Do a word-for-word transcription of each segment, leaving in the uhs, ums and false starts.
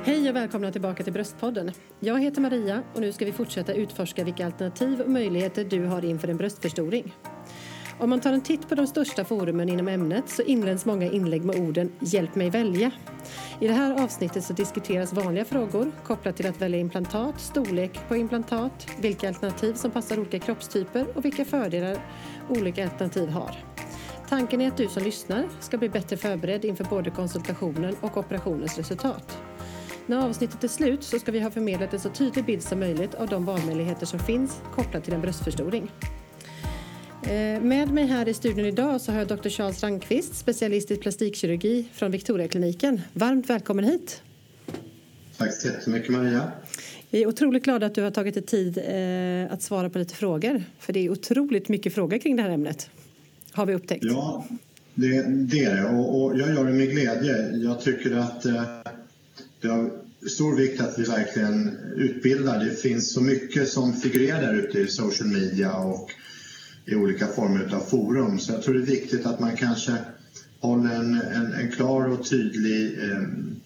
Hej och välkomna tillbaka till Bröstpodden. Jag heter Maria och nu ska vi fortsätta utforska vilka alternativ och möjligheter du har inför en bröstförstoring. Om man tar en titt på de största forumen inom ämnet så inleds många inlägg med orden "Hjälp mig välja". I det här avsnittet så diskuteras vanliga frågor kopplat till att välja implantat, storlek på implantat, vilka alternativ som passar olika kroppstyper och vilka fördelar olika alternativ har. Tanken är att du som lyssnar ska bli bättre förberedd inför både konsultationen och operationens resultat. När avsnittet är slut så ska vi ha förmedlat en så tydlig bild som möjligt av de valmöjligheter som finns kopplat till en bröstförstoring. Med mig här i studion idag så har jag doktor Charles Rangqvist, specialist i plastikkirurgi från Victoriakliniken. Varmt välkommen hit. Tack så jättemycket, Maria. Vi är otroligt glada att du har tagit dig tid eh, att svara på lite frågor. För det är otroligt mycket frågor kring det här ämnet, har vi upptäckt. Ja, det, det är det. Och, och jag gör det med glädje. Jag tycker att eh, det har stor vikt att vi verkligen utbildar. Det finns så mycket som figurerar där ute i social media och i olika former av forum. Så jag tror det är viktigt att man kanske håller en, en, en klar och tydlig eh,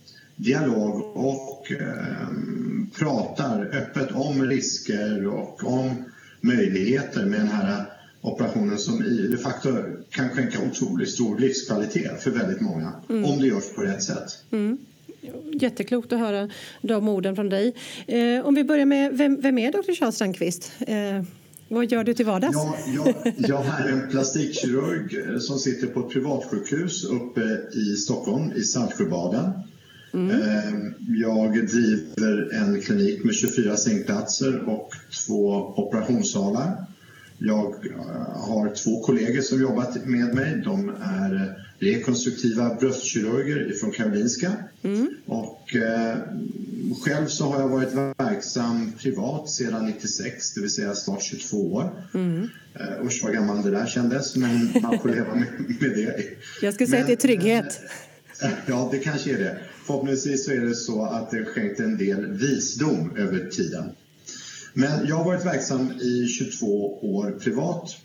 dialog och eh, pratar öppet om risker och om möjligheter med den här operationen som i de facto kan skänka otroligt stor livskvalitet för väldigt många, mm. om det görs på rätt sätt. Mm. Jätteklokt att höra de orden från dig. Eh, om vi börjar med, vem, vem är doktor Charles Rangqvist? Eh, vad gör du till vardags? Ja, jag, jag är en plastikkirurg som sitter på ett privatsjukhus uppe i Stockholm, i Saltsjöbaden. Mm. Jag driver en klinik med tjugofyra sängplatser och två operationssalar. Jag har två kollegor som jobbat med mig. De är rekonstruktiva bröstkirurger från Karolinska. Mm. Och eh, själv så har jag varit verksam privat sedan nittiosex, det vill säga snart tjugotvå år. Mm. Eh, usch vad gammal det där kändes, men man får leva med, med det. Jag skulle säga men, att det är trygghet. Eh, ja, det kanske är det. Förhoppningsvis så är det så att det skänkt en del visdom över tiden. Men jag har varit verksam i tjugotvå år privat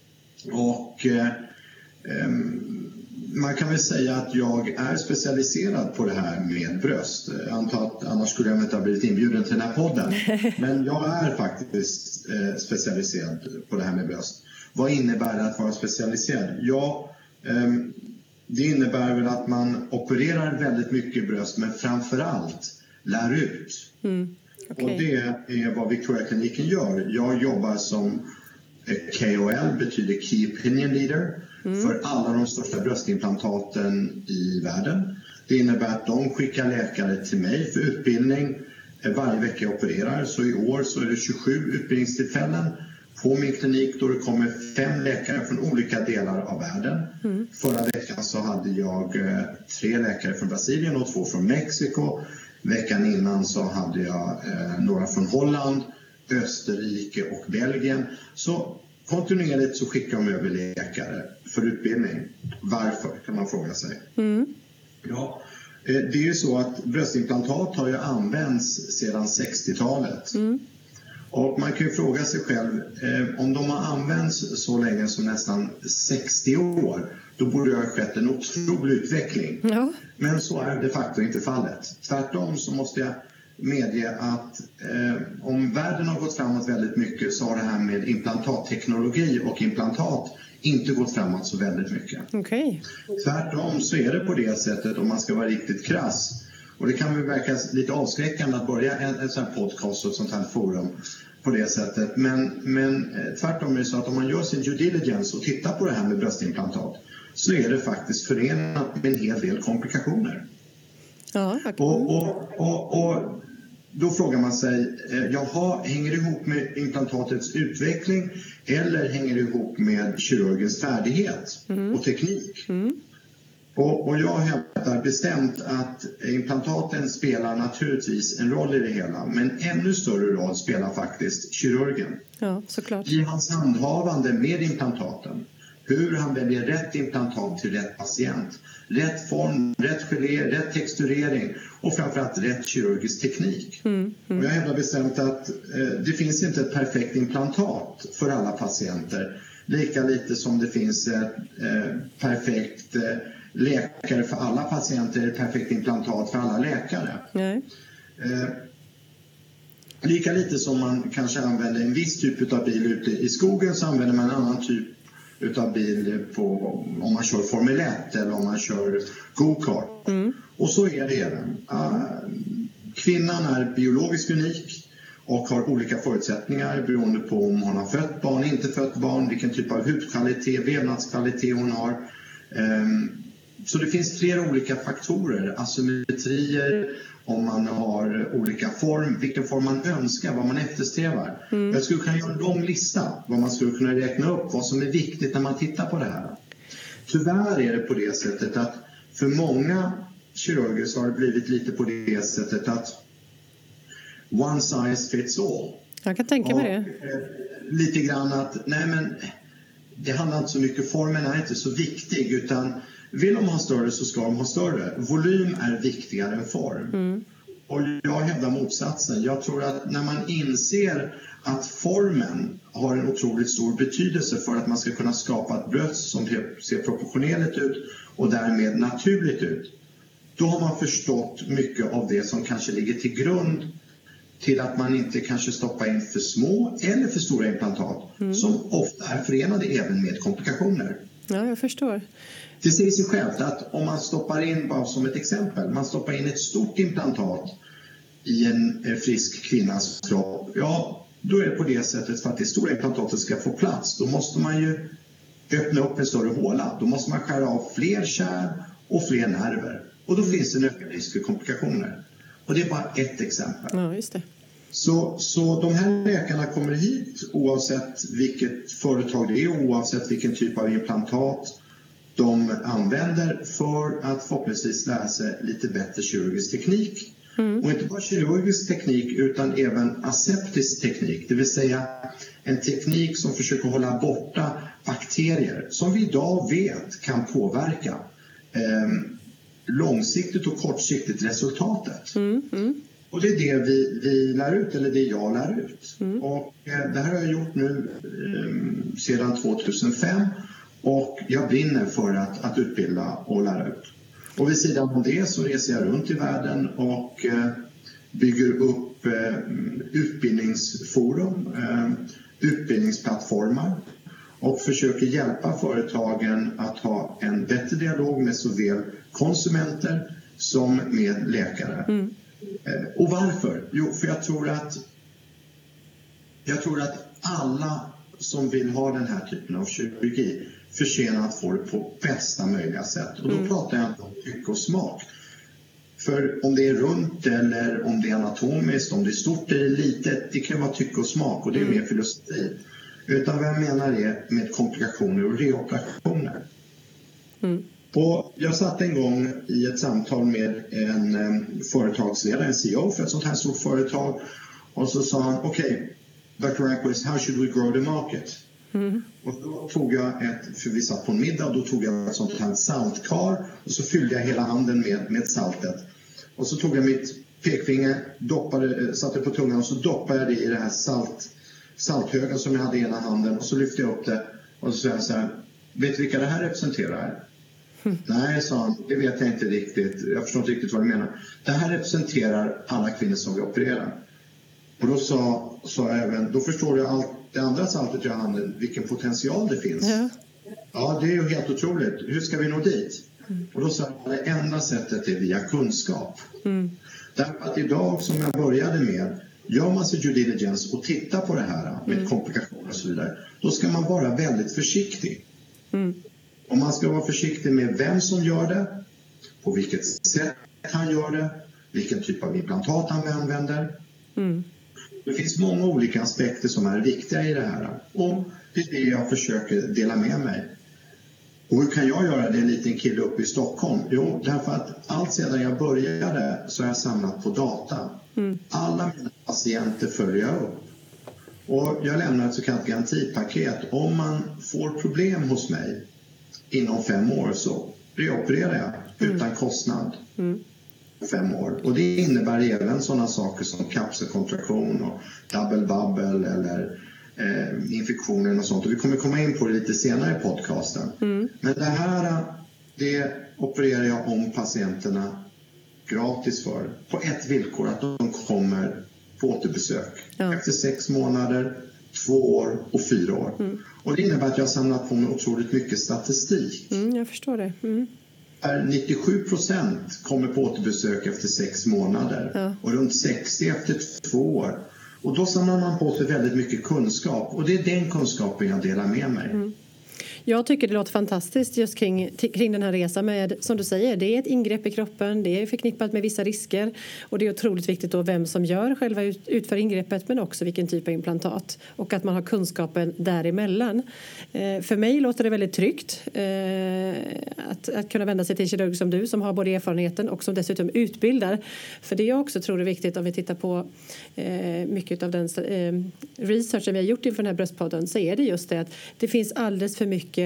och eh, eh, man kan väl säga att jag är specialiserad på det här med bröst. Jag antar att annars skulle jag inte ha blivit inbjuden till den här podden. Men jag är faktiskt eh, specialiserad på det här med bröst. Vad innebär det att vara specialiserad? Ja, eh, det innebär väl att man opererar väldigt mycket bröst men framförallt lär ut. Mm. Okay. Och det är vad Victoriakliniken gör. Jag jobbar som K O L, betyder Key Opinion Leader, mm. för alla de största bröstimplantaten i världen. Det innebär att de skickar läkare till mig för utbildning varje vecka jag opererar. Så i år så är det tjugosju utbildningstillfällen på min klinik då det kommer fem läkare från olika delar av världen. Mm. Förra veckan så hade jag tre läkare från Brasilien och två från Mexiko. Veckan innan så hade jag eh, några från Holland, Österrike och Belgien. Så kontinuerligt så skickar de över läkare för utbildning. Varför kan man fråga sig. Mm. Ja, eh, det är ju så att bröstimplantat har ju använts sedan sextiotalet. Mm. Och man kan ju fråga sig själv, eh, om de har använts så länge som nästan sextio år, då borde det ha skett en otrolig utveckling. Ja. Men så är de facto inte fallet. Tvärtom så måste jag medge att eh, om världen har gått framåt väldigt mycket så har det här med implantatteknologi och implantat inte gått framåt så väldigt mycket. Okay. Tvärtom så är det på det sättet, om man ska vara riktigt krass. Och det kan väl verka lite avskräckande att börja en, en sån här podcast och ett sånt här forum på det sättet. Men, men tvärtom är det så att om man gör sin due diligence och tittar på det här med bröstimplantat så är det faktiskt förenat med en hel del komplikationer. Ja, okay. och, och, och, och då frågar man sig, jaha, hänger det ihop med implantatets utveckling eller hänger det ihop med kirurgens färdighet mm. och teknik? Mm. Och, och jag hävdar bestämt att implantaten spelar naturligtvis en roll i det hela. Men ännu större roll spelar faktiskt kirurgen. Ja, såklart. I hans handhavande med implantaten. Hur han väljer rätt implantat till rätt patient. Rätt form, rätt gelé, rätt texturering och framförallt rätt kirurgisk teknik. Mm, mm. Och jag hävdar bestämt att eh, det finns inte ett perfekt implantat för alla patienter. Lika lite som det finns ett eh, perfekt... Eh, läkare för alla patienter, ett perfekt implantat för alla läkare. Nej. Eh, lika lite som man kanske använder en viss typ av bil ute i skogen, så använder man en annan typ utav bil på, om man kör Formel ett eller om man kör go-kart. Mm. Och så är det även. Uh, kvinnan är biologiskt unik och har olika förutsättningar beroende på om hon har fött barn, inte fött barn, vilken typ av hudkvalitet, vävnadskvalitet hon har. Um, så det finns flera olika faktorer, asymmetrier, om man har olika form, vilken form man önskar, vad man eftersträvar. Mm. Jag skulle kunna göra en lång lista vad man skulle kunna räkna upp, vad som är viktigt när man tittar på det här. Tyvärr är det på det sättet att för många kirurger så har det blivit lite på det sättet att one size fits all. Jag kan tänka mig det. Och, lite grann att, nej men det handlar inte så mycket, formen är inte så viktig, utan vill de ha större så ska de ha större. Volym är viktigare än form. Mm. Och jag hävdar motsatsen. Jag tror att när man inser att formen har en otroligt stor betydelse för att man ska kunna skapa ett bröst som ser proportionerligt ut och därmed naturligt ut, då har man förstått mycket av det som kanske ligger till grund till att man inte kanske stoppar in för små eller för stora implantat, mm. som ofta är förenade även med komplikationer. Ja, jag förstår. Det säger sig självt att om man stoppar in, bara som ett exempel, man stoppar in ett stort implantat i en frisk kvinnas kropp, ja, då är det på det sättet, för att det stora implantatet ska få plats, då måste man ju öppna upp en större håla. Då måste man skära av fler kärl och fler nerver. Och då mm. finns det en ökad risk för komplikationer. Och det är bara ett exempel. Ja, just det. Så, så de här läkarna kommer hit oavsett vilket företag det är, oavsett vilken typ av implantat de använder, för att förhoppningsvis lära sig lite bättre kirurgisk teknik. Mm. Och inte bara kirurgisk teknik utan även aseptisk teknik. Det vill säga en teknik som försöker hålla borta bakterier som vi idag vet kan påverka eh, långsiktigt och kortsiktigt resultatet. Mm. Mm. Och det är det vi, vi lär ut, eller det jag lär ut. Mm. Och eh, det här har jag gjort nu eh, sedan tvåtusenfem. Och jag brinner för att, att utbilda och lära ut. Och vid sidan av det så reser jag runt i världen och eh, bygger upp eh, utbildningsforum, eh, utbildningsplattformar. Och försöker hjälpa företagen att ha en bättre dialog med såväl konsumenter som med läkare. Mm. Eh, och varför? Jo, för jag tror att jag tror att alla som vill ha den här typen av kirurgi förtjänar att få det på bästa möjliga sätt. Och då mm. pratar jag inte om tycke och smak. För om det är runt eller om det är anatomiskt, om det är stort eller litet, det kan vara tycke och smak, och det är mm. mer filosofi. Utan vad jag menar är med komplikationer och reoperationer. Mm. Och jag satt en gång i ett samtal med en um, företagsledare, en C E O för ett sånt här stort företag. Och så sa han, okej, okay, doktor Ramqvist, how should we grow the market? Mm. Och då tog jag ett, för vi satt på en middag, och då tog jag ett sånt här saltkar och så fyllde jag hela handen med, med saltet. Och så tog jag mitt pekfinger, doppade, satte på tungan och så doppade jag det i det här salt, salthögen som jag hade i ena handen, och så lyfte jag upp det och så sa jag så här, vet du vilka det här representerar? Mm. Nej, sa han, det vet jag inte riktigt, jag förstår inte riktigt vad du menar. Det här representerar alla kvinnor som vi opererar. Och då sa, sa jag även, då förstår du allt det andra saltet jag har i handen, vilken potential det finns. Ja. Ja, det är ju helt otroligt. Hur ska vi nå dit? Mm. Och då sa jag, det enda sättet är via kunskap. Mm. Därför att idag, som jag började med, gör man sig due diligence och tittar på det här med mm. komplikationer och så vidare, då ska man vara väldigt försiktig. Mm. Och man ska vara försiktig med vem som gör det, på vilket sätt han gör det, vilken typ av implantat han använder. Mm. Det finns många olika aspekter som är viktiga i det här. Och det är det jag försöker dela med mig. Och hur kan jag göra det, en liten kille uppe i Stockholm? Jo, därför att allt sedan jag började så har jag samlat på data. Mm. Alla mina patienter följer jag upp. Och jag lämnar ett så kallat garantipaket. Om man får problem hos mig inom fem år så reopererar jag mm. utan kostnad. Mm. Fem år. Och det innebär även sådana saker som kapselkontraktion och double bubble eller eh, infektioner och sånt. Och vi kommer komma in på det lite senare i podcasten. Mm. Men det här, det opererar jag om patienterna gratis för på ett villkor, att de kommer på återbesök. Ja. Efter sex månader, två år och fyra år. Mm. Och det innebär att jag har samlat på mig otroligt mycket statistik. Mm, jag förstår det. Mm. nittiosju procent kommer på återbesök efter sex månader. Ja. Och runt sextio efter två år. Och då samlar man på sig väldigt mycket kunskap. Och det är den kunskapen jag delar med mig. Mm. Jag tycker det låter fantastiskt just kring, kring den här resan med, som du säger, det är ett ingrepp i kroppen, det är förknippat med vissa risker och det är otroligt viktigt då vem som gör själva ut, utför ingreppet men också vilken typ av implantat och att man har kunskapen däremellan. Eh, för mig låter det väldigt tryggt eh, att, att kunna vända sig till en kirurg som du som har både erfarenheten och som dessutom utbildar. För det jag också tror är viktigt om vi tittar på eh, mycket av den eh, researchen vi har gjort inför den här bröstpodden så är det just det att det finns alldeles för mycket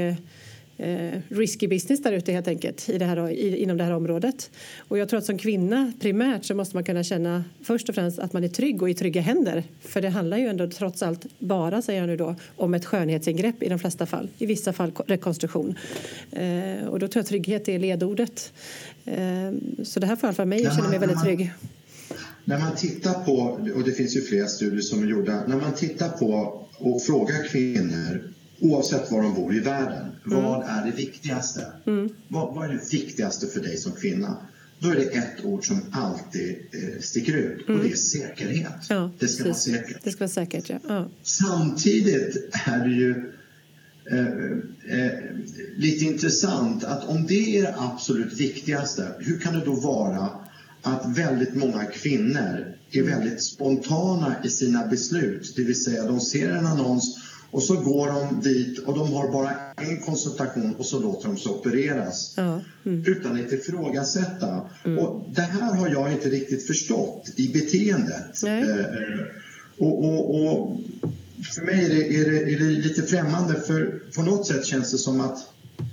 Eh, risky business där ute helt enkelt i det här, i, inom det här området. Och jag tror att som kvinna primärt så måste man kunna känna först och främst att man är trygg och i trygga händer. För det handlar ju ändå trots allt bara, säger jag nu då, om ett skönhetsingrepp i de flesta fall. I vissa fall rekonstruktion. Eh, och då tror jag trygghet är ledordet. Eh, så det här får i alla fall mig att känna mig väldigt trygg. När man tittar på, och det finns ju flera studier som är gjorda, när man tittar på och frågar kvinnor oavsett var de bor i världen. Mm. Vad är det viktigaste? Mm. Vad, vad är det viktigaste för dig som kvinna? Då är det ett ord som alltid eh, sticker ut. Mm. Och det är säkerhet. Ja, det ska precis. vara säkert. Det ska vara säkert, ja. Ja. Samtidigt är det ju eh, eh, lite intressant att om det är det absolut viktigaste, hur kan det då vara att väldigt många kvinnor är mm. väldigt spontana i sina beslut? Det vill säga de ser en annons och så går de dit och de har bara en konsultation och så låter de sig opereras. Ja. Mm. Utan att ifrågasätta. Mm. Och det här har jag inte riktigt förstått i beteendet. Eh, och, och, och för mig är det, är, det, är det lite främmande, för på något sätt känns det som att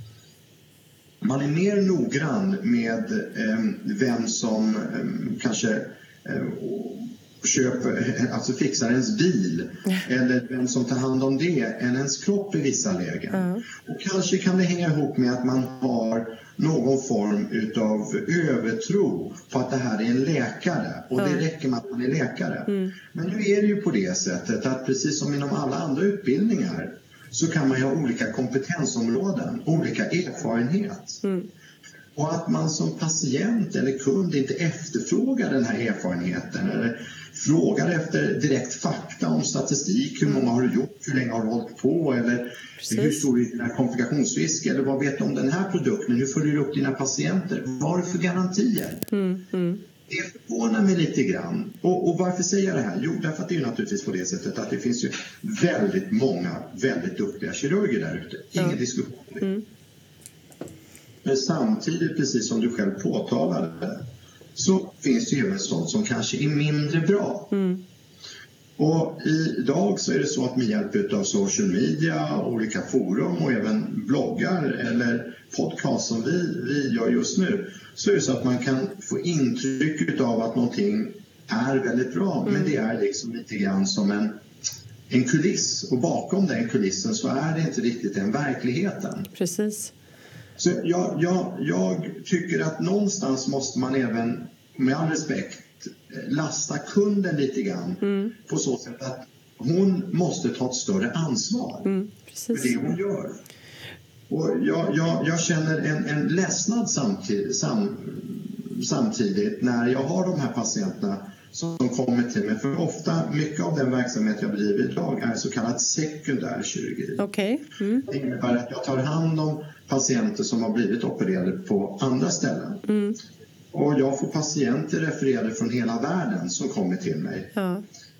man är mer noggrann med eh, vem som eh, kanske eh, köper, alltså fixar ens bil eller vem som tar hand om det än ens kropp i vissa lägen. Mm. Och kanske kan det hänga ihop med att man har någon form utav övertro på att det här är en läkare och mm. det räcker med att man är läkare. Mm. Men nu är det ju på det sättet att precis som inom alla andra utbildningar så kan man ju ha olika kompetensområden, olika erfarenhet. Mm. Och att man som patient eller kund inte efterfrågar den här erfarenheten eller frågar efter direkt fakta om statistik. Hur många har du gjort? Hur länge har du hållit på? Eller precis. Hur stor är dina komplikationsrisk? Eller vad vet du om den här produkten? Hur följer du upp dina patienter? Vad har du för garantier? Mm, mm. Det förvånar mig lite grann. Och, och varför säger jag det här? Jo, därför att det är ju naturligtvis på det sättet att det finns ju väldigt många väldigt duktiga kirurger där ute. Ingen ja. diskussion. Mm. Men samtidigt, precis som du själv påtalade, så finns det ju även sånt som kanske är mindre bra. Mm. Och idag så är det så att med hjälp av social media, olika forum och även bloggar eller podcast som vi, vi gör just nu, så är det så att man kan få intryck av att någonting är väldigt bra. Mm. Men det är liksom lite grann som en, en kuliss. Och bakom den kulissen så är det inte riktigt den verkligheten. Precis. Så jag, jag, jag tycker att någonstans måste man även, med all respekt, lasta kunden lite grann. Mm. På så sätt att hon måste ta ett större ansvar mm, för det hon gör. Och jag, jag, jag känner en, en ledsnad samtidigt, sam, samtidigt när jag har de här patienterna som kommer till mig. För ofta, mycket av den verksamhet jag bedriver idag är så kallad sekundär kirurgi. Okay. Mm. Det innebär att jag tar hand om patienter som har blivit opererade på andra ställen. Mm. Och jag får patienter refererade från hela världen som kommer till mig. Ja.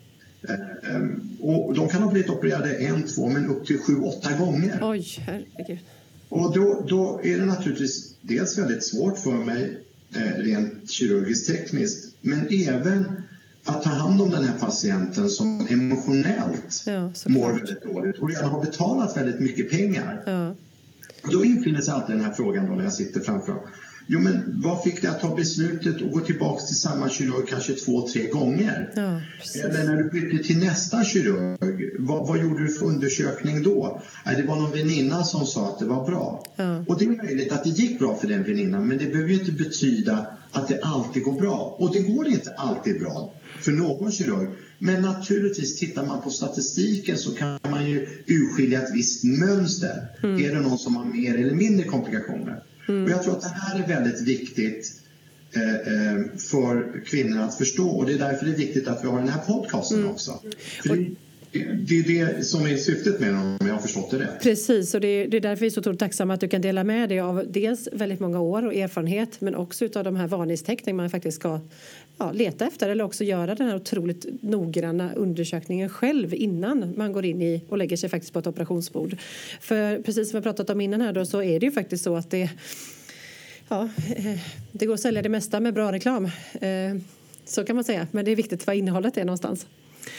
Och de kan ha blivit opererade en, två, men upp till sju, åtta gånger. Oj, herregud. Och då, då är det naturligtvis dels väldigt svårt för mig rent kirurgiskt tekniskt, men även att ta hand om den här patienten som emotionellt ja, mår väldigt dåligt och redan har betalat väldigt mycket pengar. Ja. Då infinner sig alltid den här frågan då när jag sitter framför dem. Jo, men vad fick dig att ta beslutet och gå tillbaka till samma kirurg kanske två, tre gånger? Ja, eller när du bytte till nästa kirurg, vad, vad gjorde du för undersökning då? Nej, det var någon väninna som sa att det var bra. Ja. Och det är möjligt att det gick bra för den väninnan, men det behöver ju inte betyda att det alltid går bra. Och det går inte alltid bra för någon kirurg. Men naturligtvis, tittar man på statistiken så kan man ju urskilja ett visst mönster. Mm. Är det någon som har mer eller mindre komplikationer? Mm. Och jag tror att det här är väldigt viktigt eh, för kvinnor att förstå. Och det är därför det är viktigt att vi har den här podcasten mm. också. För det, det är det som är syftet med den, om jag har förstått det rätt. Precis, och det är, det är därför vi är så otroligt tacksamma att du kan dela med dig av dels väldigt många år och erfarenhet, men också av de här varningstecknen man faktiskt ska ja, leta efter, eller också göra den här otroligt noggranna undersökningen själv innan man går in i och lägger sig faktiskt på ett operationsbord. För precis som vi pratat om innan här då, så är det ju faktiskt så att det, ja, det går att sälja det mesta med bra reklam. Så kan man säga, men det är viktigt vad innehållet är någonstans.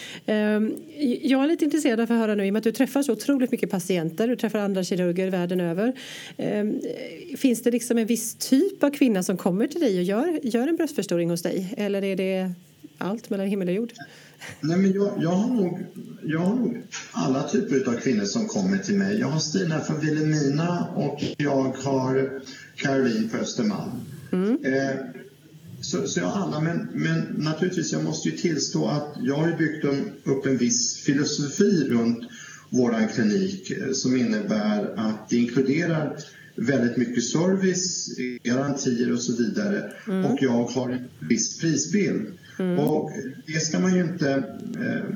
Jag är lite intresserad av att höra nu, i och med att du träffar så otroligt mycket patienter, du träffar andra kirurger världen över. Finns det liksom en viss typ av kvinna som kommer till dig och gör, gör en bröstförstoring hos dig? Eller är det allt mellan himmel och jord? Nej, men jag, jag, har nog, jag har nog alla typer av kvinnor som kommer till mig. Jag har Stina från Vilhelmina och jag har Caroline på Östermalm. Mm. Eh, Så, så jag alla, men, men naturligtvis jag måste ju tillstå att jag har ju byggt upp en viss filosofi runt våran klinik som innebär att det inkluderar väldigt mycket service, garantier och så vidare. Mm. Och jag har en viss prisbild. Mm. Och det ska man ju inte eh,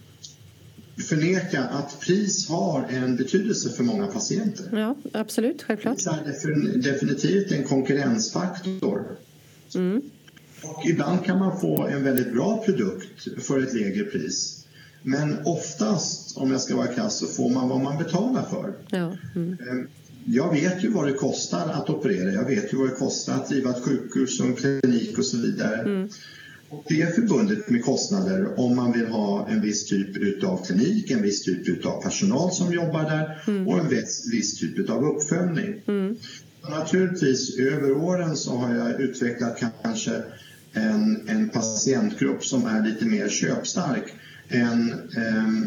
förneka att pris har en betydelse för många patienter. Ja, absolut, självklart. Det är definitivt en konkurrensfaktor. Mm. Och ibland kan man få en väldigt bra produkt för ett lägre pris. Men oftast, om jag ska vara krass, så får man vad man betalar för. Ja. Mm. Jag vet ju vad det kostar att operera. Jag vet ju vad det kostar att driva ett sjukhus och en klinik och så vidare. Mm. Och det är förbundet med kostnader om man vill ha en viss typ av klinik, en viss typ av personal som jobbar där mm. och en viss, viss typ av uppföljning. Mm. Naturligtvis över åren så har jag utvecklat kanske en, en patientgrupp som är lite mer köpstark än eh,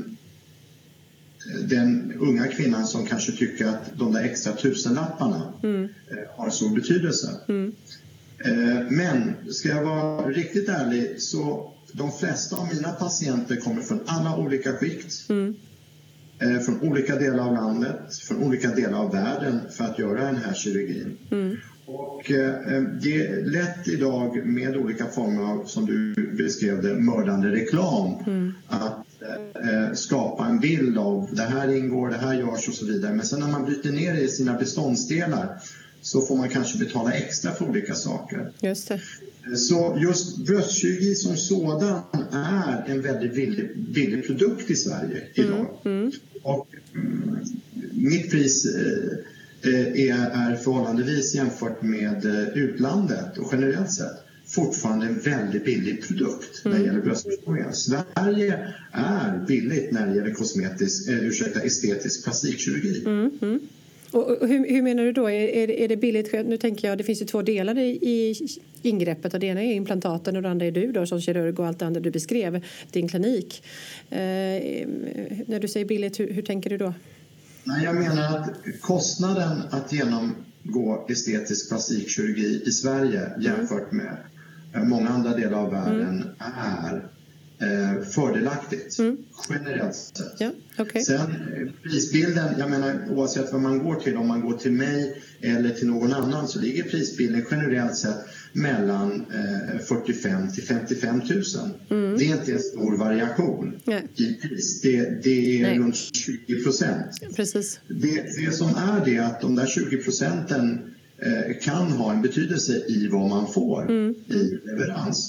den unga kvinnan som kanske tycker att de där extra tusenlapparna mm. eh, har stor betydelse. Mm. Eh, men ska jag vara riktigt ärlig så de flesta av mina patienter kommer från alla olika skikt. Mm. Från olika delar av landet, från olika delar av världen för att göra den här kirurgin. Mm. Och eh, det är lätt idag med olika former av, som du beskrev det, mördande reklam mm. att eh, skapa en bild av det här ingår, det här görs och så vidare. Men sen när man bryter ner det i sina beståndsdelar så får man kanske betala extra för olika saker. Just det. Så just bröstkirurgi som sådan är en väldigt billig, billig produkt i Sverige idag. Mm. Mm. Och mm, mitt pris eh, är, är förhållandevis jämfört med eh, utlandet och generellt sett fortfarande en väldigt billig produkt mm. när det gäller bröstförstoringar. Sverige är billigt när det gäller kosmetisk, eh, ursäkta, estetisk plastikkirurgi. Mm. Mm. Och hur, hur menar du då? Är, är, är det billigt? Nu tänker jag, det finns ju två delar i, i ingreppet. Och det ena är implantaten och det andra är du då som kirurg och allt det andra du beskrev. Din klinik. Eh, när du säger billigt, hur, hur tänker du då? Nej, jag menar att kostnaden att genomgå estetisk plastikkirurgi i Sverige jämfört med många andra delar av världen mm. är eh, fördelaktigt. Mm. Generellt sett. Ja, okay. Sen prisbilden, jag menar oavsett vad man går till, om man går till mig eller till någon annan så ligger prisbilden generellt sett mellan eh, fyrtiofem till femtiofem tusen. Mm. Det är inte en stor variation Nej. i pris. Det, det är Nej. runt tjugo procent. Precis. Det, det som är det att de där tjugo procenten eh, kan ha en betydelse i vad man får mm. i leverans.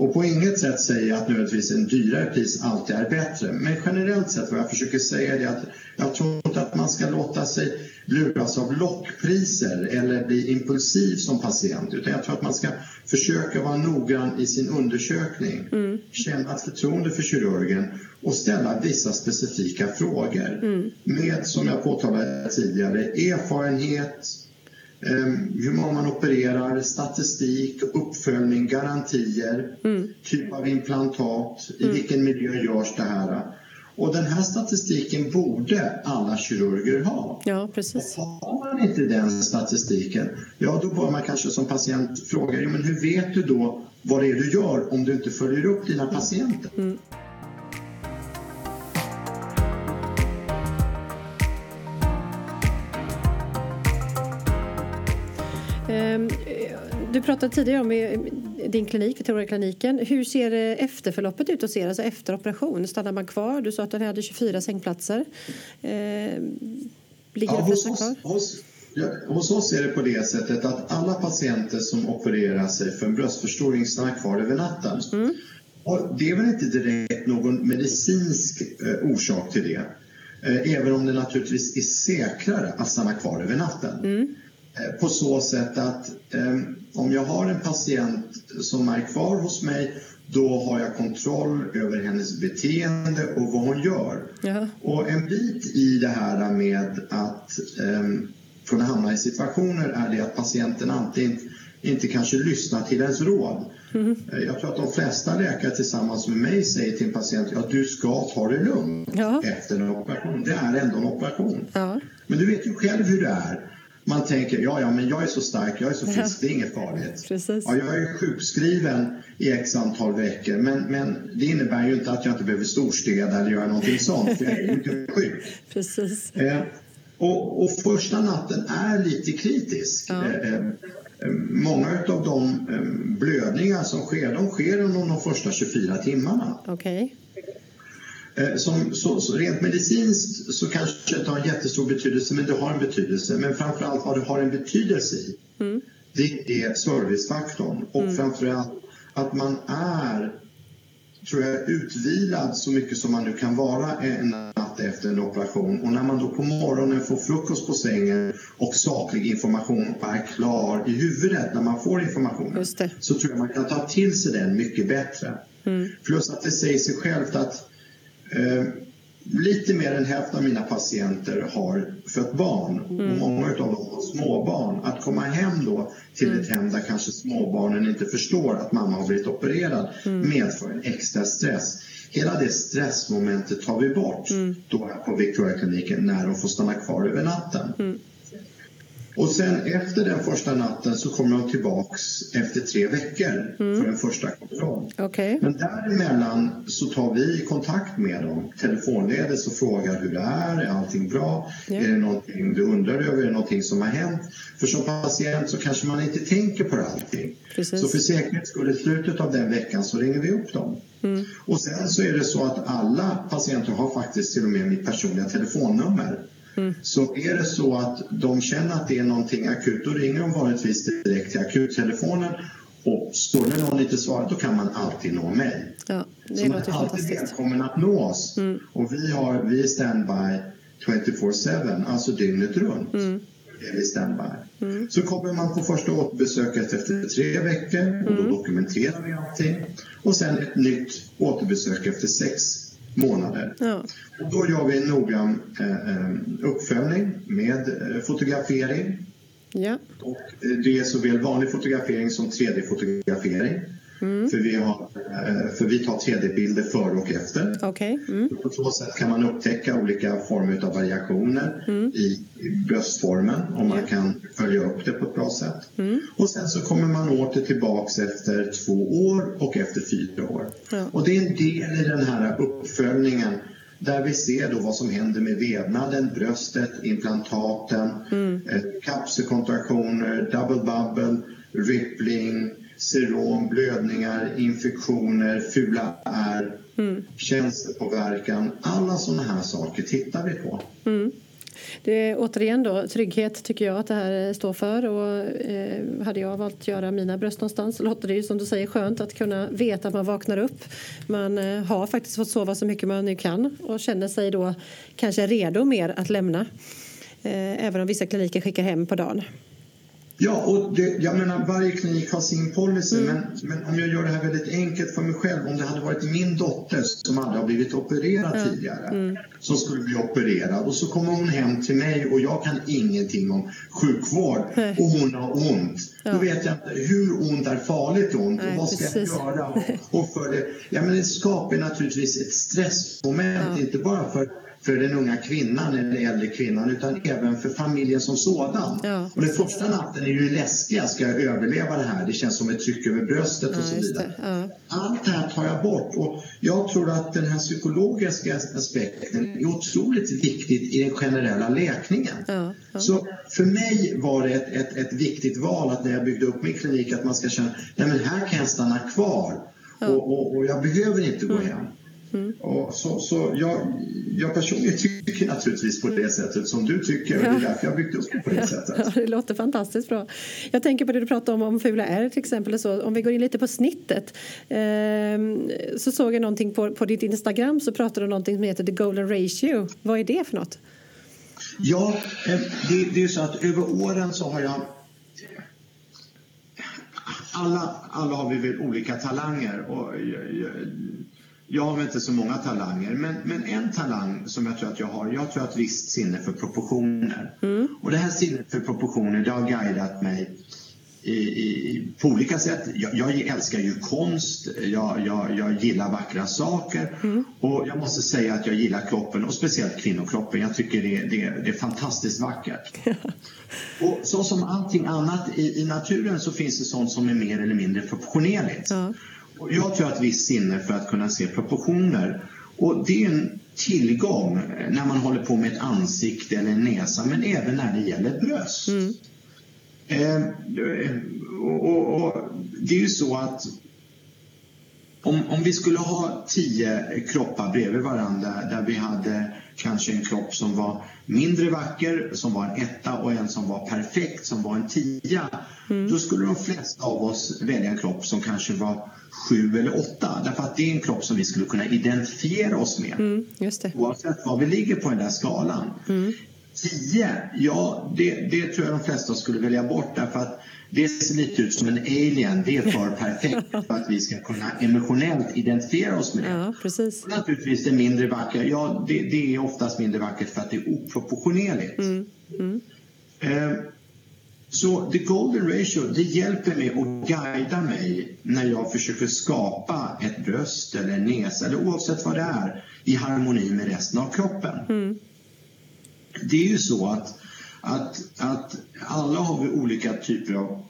Och på inget sätt säger jag att nödvändigtvis en dyrare pris alltid är bättre. Men generellt sett vad jag försöker säga är att jag tror inte att man ska låta sig luras av lockpriser eller bli impulsiv som patient. Utan jag tror att man ska försöka vara noggrann i sin undersökning. Mm. Känna ett förtroende för kirurgen och ställa vissa specifika frågor. Mm. Med, som jag påtalade tidigare, erfarenhet, hur många man opererar, statistik, uppföljning, garantier, mm. typ av implantat, i mm. vilken miljö görs det här. Och den här statistiken borde alla kirurger ha. Ja, precis. Och har man inte den statistiken, ja då bör man kanske som patient fråga, men hur vet du då vad det är du gör om du inte följer upp dina mm. patienter? Mm. Du pratade tidigare om din klinik, Victoria-kliniken. Hur ser efterförloppet ut hos er, alltså efter operation? Stannar man kvar? Du sa att den hade tjugofyra sängplatser. Eh, ligger ja, det flesta kvar? Hos, ja, hos oss är det på det sättet att alla patienter som opererar sig för en bröstförstoring stannar kvar över natten. Mm. Och det är väl inte direkt någon medicinsk eh, orsak till det. Eh, även om det naturligtvis är säkrare att stanna kvar över natten. Mm. På så sätt att eh, om jag har en patient som är kvar hos mig, då har jag kontroll över hennes beteende och vad hon gör. Jaha. Och en bit i det här med att eh, kunna hamna i situationer är det att patienten antingen inte kanske lyssnar till ens råd. Mm. Jag tror att de flesta läkare tillsammans med mig säger till en patient att ja, du ska ta det lugnt ja. efter en operation. Det är ändå en operation. Ja. Men du vet ju själv hur det är. Man tänker, ja, ja, men jag är så stark, jag är så frisk, det är inget farligt. Precis. Ja, jag är sjukskriven i x antal veckor, men, men det innebär ju inte att jag inte behöver storstäda eller göra någonting sånt, för jag är ju inte sjuk. Precis. Eh, och, och första natten är lite kritisk. Ja. Eh, eh, många av de eh, blödningar som sker, de sker under de första tjugofyra timmarna. Okej. Okay. Som, så, så rent medicinskt så kanske det inte har en jättestor betydelse, men det har en betydelse. Men framförallt vad det har en betydelse i, mm. det är servicefaktorn. Och mm. framförallt att man är, tror jag, utvilad så mycket som man nu kan vara en natt efter en operation. Och när man då på morgonen får frukost på sängen och saklig information är klar i huvudet när man får informationen, så tror jag man kan ta till sig den mycket bättre. Mm. Plus att det säger sig självt att Eh, lite mer än hälften av mina patienter har fött barn mm. och många av dem har småbarn. Att komma hem då till mm. ett hem där kanske småbarnen inte förstår att mamma har blivit opererad mm. medför en extra stress. Hela det stressmomentet tar vi bort mm. då här på Victoria-kliniken när de får stanna kvar över natten. Mm. Och sen efter den första natten så kommer de tillbaks efter tre veckor mm. för den första kontroll. Okay. Men däremellan så tar vi kontakt med dem telefonledes och frågar hur det är, är allting bra? Yeah. Är det någonting du undrar över, är det någonting som har hänt? För som patient så kanske man inte tänker på allting. Precis. Så för säkerhet skulle i slutet av den veckan så ringer vi upp dem. Mm. Och sen så är det så att alla patienter har faktiskt till och med mitt personliga telefonnummer. Mm. Så är det så att de känner att det är någonting akut, då ringer de vanligtvis direkt till akuttelefonen, och skulle någon inte svara, då kan man alltid nå mig. Ja, det så man är alltid välkommen att nå oss. Mm. Och vi, har, vi är standby tjugofyra sju, alltså dygnet runt. Mm. Är vi standby. Mm. Så kommer man på första återbesöket efter tre veckor och då mm. dokumenterar vi allting. Och sen ett nytt återbesök efter sex månader. Ja. Och då gör vi en noggrann eh, uppföljning med eh, fotografering. Ja. Och eh, det är såväl vanlig fotografering som tre D-fotografering. Mm. För, vi har, eh, för vi tar tre D-bilder före och efter. Okay. Mm. På så sätt kan man upptäcka olika former av variationer mm. i, i bröstformen. Om man ja. kan följa upp det på ett bra sätt. Mm. Och sen så kommer man åter tillbaks efter två år och efter fyra år. Ja. Och det är en del i den här uppföljningen där vi ser då vad som händer med vävnaden, bröstet, implantaten, mm. eh, kapselkontraktioner, double bubble, rippling, serum, blödningar, infektioner, fula ärr, mm. känselpåverkan. Alla sådana här saker tittar vi på. Mm. Det är återigen då trygghet tycker jag att det här står för, och, eh, hade jag valt att göra mina bröst någonstans så låter det ju som du säger skönt att kunna veta att man vaknar upp. Man eh, har faktiskt fått sova så mycket man nu kan och känner sig då kanske redo mer att lämna. Eh, även om vissa kliniker skickar hem på dagen. Ja, och det, jag menar varje klinik har sin policy, mm. men, men om jag gör det här väldigt enkelt för mig själv, om det hade varit min dotter som aldrig har blivit opererad mm. tidigare, mm. som skulle bli opererad och så kommer hon hem till mig och jag kan ingenting om sjukvård mm. och hon har ont. Ja. Då vet jag inte hur ont är farligt ont. Nej, och vad ska precis. jag göra? Och, och för det, ja, men det skapar naturligtvis ett stressmoment, ja. inte bara för för den unga kvinnan eller den äldre kvinnan utan även för familjen som sådan. Ja, och den första natten är ju läskiga, ska jag överleva det här? Det känns som ett tryck över bröstet ja, och så vidare. Det. Ja. Allt det här tar jag bort och jag tror att den här psykologiska aspekten är otroligt viktigt i den generella läkningen. Ja, ja. Så för mig var det ett, ett, ett viktigt val att när jag byggde upp min klinik att man ska känna, nej men här kan jag stanna kvar ja. och, och, och jag behöver inte gå mm. hem. Mm. Och så, så jag, jag personligen tycker naturligtvis på det sättet som du tycker och det är därför jag byggt upp på det sättet. Ja, det låter fantastiskt bra. Jag tänker på det du pratade om om fula ärr till exempel. Så, om vi går in lite på snittet eh, så såg jag någonting på, på ditt Instagram så pratade du om någonting som heter The Golden Ratio. Vad är det för något? Ja, det, det är ju så att över åren så har jag alla, alla har vi väl olika talanger och jag, jag, Jag har inte så många talanger, men, men en talang som jag tror att jag har, jag tror att visst sinne för proportioner. Mm. Och det här sinnet för proportioner, det har guidat mig i, i, på olika sätt. Jag, jag älskar ju konst, jag, jag, jag gillar vackra saker mm. och jag måste säga att jag gillar kroppen och speciellt kvinnokroppen. Jag tycker det, det, det är fantastiskt vackert. Och så som allting annat i, i naturen så finns det sånt som är mer eller mindre proportionerligt. Ja. Jag tror att visst sinne för att kunna se proportioner och det är en tillgång när man håller på med ett ansikte eller en näsa men även när det gäller bröst. Mm. Eh, och, och, och det är ju så att om, om vi skulle ha tio kroppar bredvid varandra där vi hade kanske en kropp som var mindre vacker, som var en etta och en som var perfekt, som var en tia. Mm. Då skulle de flesta av oss välja en kropp som kanske var sju eller åtta. Därför att det är en kropp som vi skulle kunna identifiera oss med. Mm, just det. Oavsett var vi ligger på den där skalan. Mm. tio, ja det, det tror jag de flesta skulle välja bort därför att det ser lite ut som en alien. Det är för perfekt för att vi ska kunna emotionellt identifiera oss med det. Ja, precis. Och naturligtvis det mindre vackert. Ja, det, det är oftast mindre vackert för att det är oproportionerligt. Mm. Mm. Eh, så the golden ratio, det hjälper mig och guidar mig när jag försöker skapa ett bröst eller en näsa eller oavsett vad det är i harmoni med resten av kroppen. Mm. Det är ju så att Att, att alla har vi olika typer av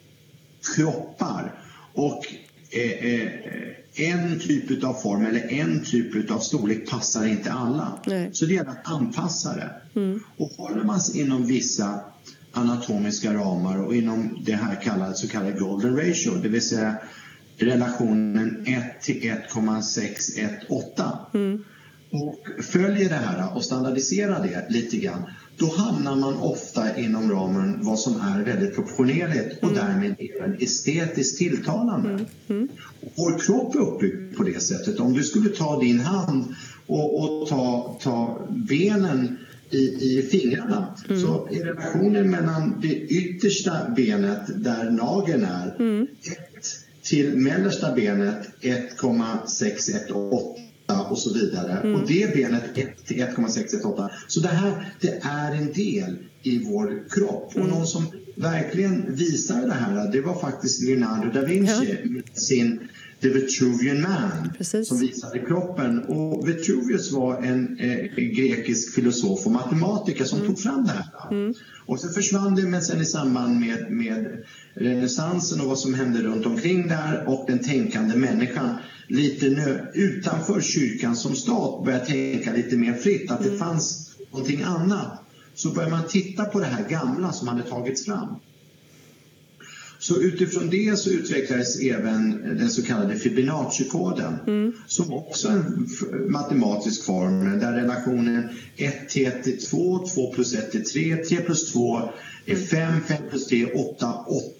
kroppar och eh, eh, en typ av form eller en typ av storlek passar inte alla. Nej. Så det gäller att anpassa det. Mm. Och håller man sig inom vissa anatomiska ramar och inom det här kallade, så kallade golden ratio, det vill säga relationen ett till ett komma sex ett åtta. Mm. Och följer det här och standardiserar det lite grann, då hamnar man ofta inom ramen vad som är väldigt proportionerligt och mm. därmed även estetiskt tilltalande. Mm. Mm. Vår kropp är uppbyggd på det sättet. Om du skulle ta din hand och, och ta, ta benen i, i fingrarna mm. så är relationen mellan det yttersta benet där nageln är mm. ett till mellersta benet ett komma sex ett åtta och så vidare. Mm. Och det benet ett till ett komma sex ett åtta. Så det här, det är en del i vår kropp. Mm. Och någon som verkligen visar det här, det var faktiskt Leonardo da Vinci ja. med sin The Vitruvian Man. Precis. Som visade kroppen. Och Vitruvius var en eh, grekisk filosof och matematiker som mm. tog fram det här. Mm. Och så försvann det, men sen i samband med, med renässansen och vad som hände runt omkring där och den tänkande människan lite nö, utanför kyrkan som stat började tänka lite mer fritt, att mm. det fanns någonting annat. Så började man titta på det här gamla som hade tagits fram. Så utifrån det så utvecklades även den så kallade Fibonacci-koden mm. som också är en matematisk formel där relationen ett till ett är två, två plus ett är tre, tre plus två är fem, fem plus tre är åtta, åtta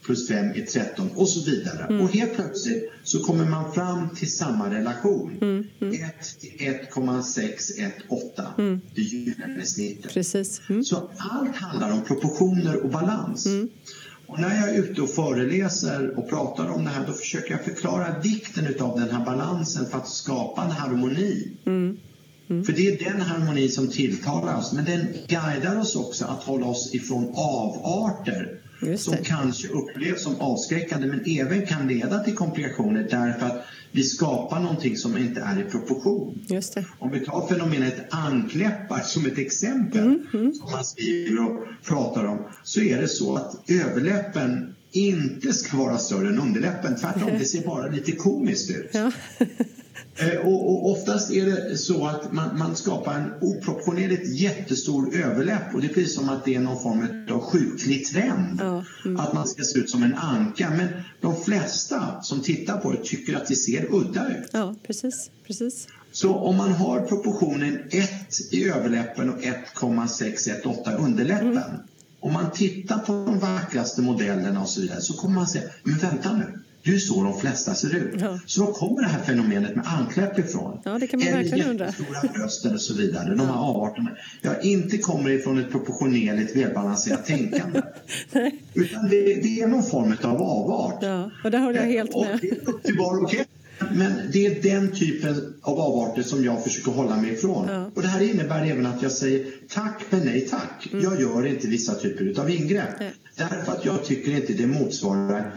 plus fem är tretton och så vidare. Mm. Och helt plötsligt så kommer man fram till samma relation. Mm. Mm. ett till ett komma sex ett åtta. Mm. Det gyllene snittet. Precis. Mm. Så allt handlar om proportioner och balans. Mm. Och när jag är ute och föreläser och pratar om det här, då försöker jag förklara vikten av den här balansen för att skapa en harmoni. Mm. Mm. För det är den harmoni som tilltalar oss, men den guidar oss också att hålla oss ifrån avarter som kanske upplevs som avskräckande men även kan leda till komplikationer därför att vi skapar någonting som inte är i proportion. Just det. Om vi tar fenomenet ankläppar som ett exempel mm. Mm. som man skriver och pratar om, så är det så att överläppen inte ska vara större än underläppen. Tvärtom, det ser bara lite komiskt ut. Ja. Och, och oftast är det så att man, man skapar en oproportionerligt jättestor överläpp och det blir som att det är någon form av sjuklig trend. Ja. Mm. Att man ska se ut som en anka. Men de flesta som tittar på det tycker att det ser udda ut. Ja, precis. precis. Så om man har proportionen ett i överläppen och ett komma sex ett åtta i underläppen. Mm. Om man tittar på de vackraste modellerna och så vidare så kommer man säga, men vänta nu. Det är ju så de flesta ser ut. Ja. Så var kommer det här fenomenet med ankläpp ifrån? Ja, det kan man verkligen undra. Eller jättestora brösten och så vidare. De här avarterna. Jag inte kommer ifrån ett proportionerligt välbalanserat tänkande. Nej. Utan det, det är någon form av avart. Ja, och det har jag helt med. Och det är upp till var och en. Men det är den typen av avarter som jag försöker hålla mig ifrån. Ja. Och det här innebär även att jag säger tack men nej tack. Mm. Jag gör inte vissa typer av ingrepp. Nej. Därför att jag tycker inte det motsvarar